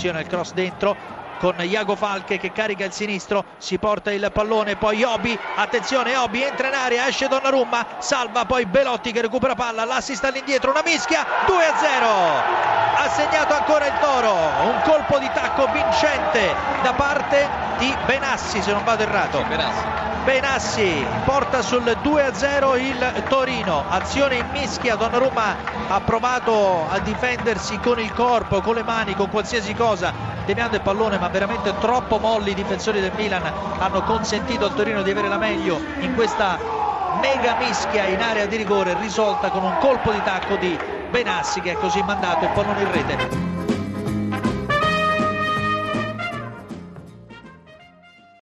attenzione al cross dentro con Iago Falche che carica il sinistro, si porta il pallone, poi Obi, attenzione Obi, entra in area, esce Donnarumma, salva poi Belotti che recupera palla, l'assist all'indietro, una mischia, 2-0, ha segnato ancora il Toro, un colpo di tacco vincente da parte di Benassi, se non vado errato. Benassi porta sul 2-0 il Torino, azione in mischia, Donnarumma ha provato a difendersi con il corpo, con le mani, con qualsiasi cosa, deviando il pallone, ma veramente troppo molli i difensori del Milan hanno consentito al Torino di avere la meglio in questa mega mischia in area di rigore, risolta con un colpo di tacco di Benassi che ha così mandato il pallone in rete.